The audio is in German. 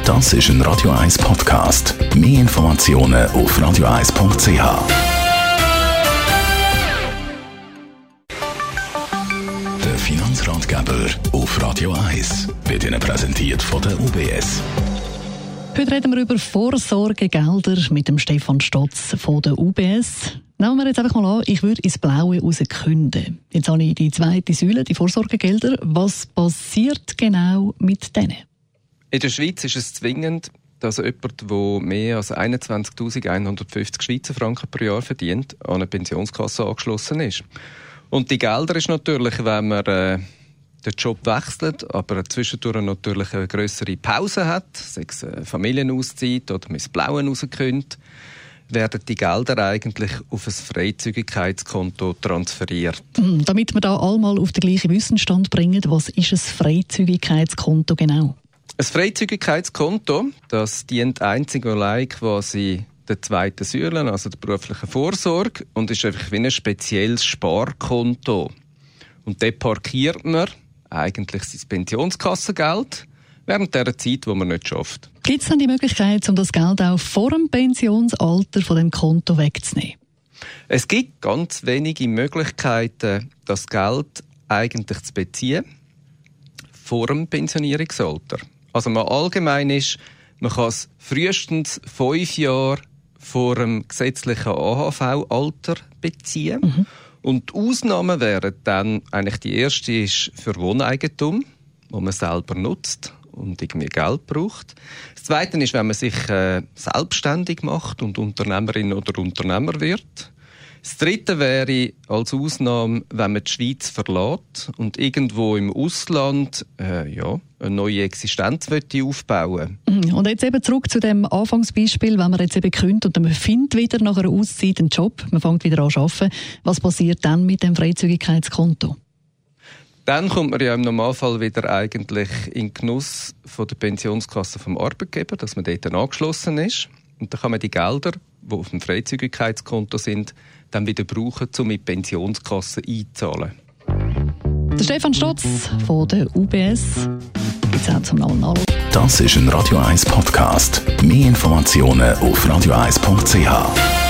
Das ist ein Radio 1 Podcast. Mehr Informationen auf radio1.ch. Der Finanzratgeber auf Radio 1 wird Ihnen präsentiert von der UBS. Heute reden wir über Vorsorgegelder mit dem Stefan Stotz von der UBS. Nehmen wir jetzt einfach mal an, ich würde ins Blaue raus künden. Jetzt habe ich die zweite Säule, die Vorsorgegelder. Was passiert genau mit denen? In der Schweiz ist es zwingend, dass jemand, der mehr als 21.150 Schweizer Franken pro Jahr verdient, an eine Pensionskasse angeschlossen ist. Und die Gelder ist natürlich, wenn man den Job wechselt, aber zwischendurch natürlich eine grössere Pause hat, sei es eine Familienauszeit oder man ins Blaue rauskündigt, werden die Gelder eigentlich auf ein Freizügigkeitskonto transferiert. Damit wir da einmal auf den gleichen Wissensstand bringen, was ist ein Freizügigkeitskonto genau? Ein Freizügigkeitskonto, das dient einzig und allein quasi der zweiten Säule, also der beruflichen Vorsorge, und ist einfach wie ein spezielles Sparkonto. Und dort parkiert man eigentlich sein Pensionskassengeld während der Zeit, wo man nicht schafft. Gibt es dann die Möglichkeit, um das Geld auch vor dem Pensionsalter von dem Konto wegzunehmen? Es gibt ganz wenige Möglichkeiten, das Geld eigentlich zu beziehen vor dem Pensionierungsalter. Also mal allgemein ist, man kann es frühestens 5 Jahre vor dem gesetzlichen AHV-Alter beziehen. Und die Ausnahmen wären dann, eigentlich die erste ist für Wohneigentum, wo man selber nutzt und irgendwie Geld braucht. Das zweite ist, wenn man sich selbstständig macht und Unternehmerin oder Unternehmer wird. Das dritte wäre als Ausnahme, wenn man die Schweiz verlässt und irgendwo im Ausland eine neue Existenz aufbauen will. Und jetzt eben zurück zu dem Anfangsbeispiel, wenn man jetzt eben kündigt und man findet wieder nach einer Auszeit einen Job, man fängt wieder an zu arbeiten. Was passiert dann mit dem Freizügigkeitskonto? Dann kommt man ja im Normalfall wieder eigentlich in den Genuss von der Pensionskasse vom Arbeitgeber, dass man dort angeschlossen ist. Und dann kann man die Gelder, die auf dem Freizügigkeitskonto sind, dann wieder brauchen, um in die Pensionskasse einzahlen. Der Stefan Stotz von der UBS. Jetzt auch zum Nachhinein. Das ist ein Radio 1 Podcast. Mehr Informationen auf radio1.ch.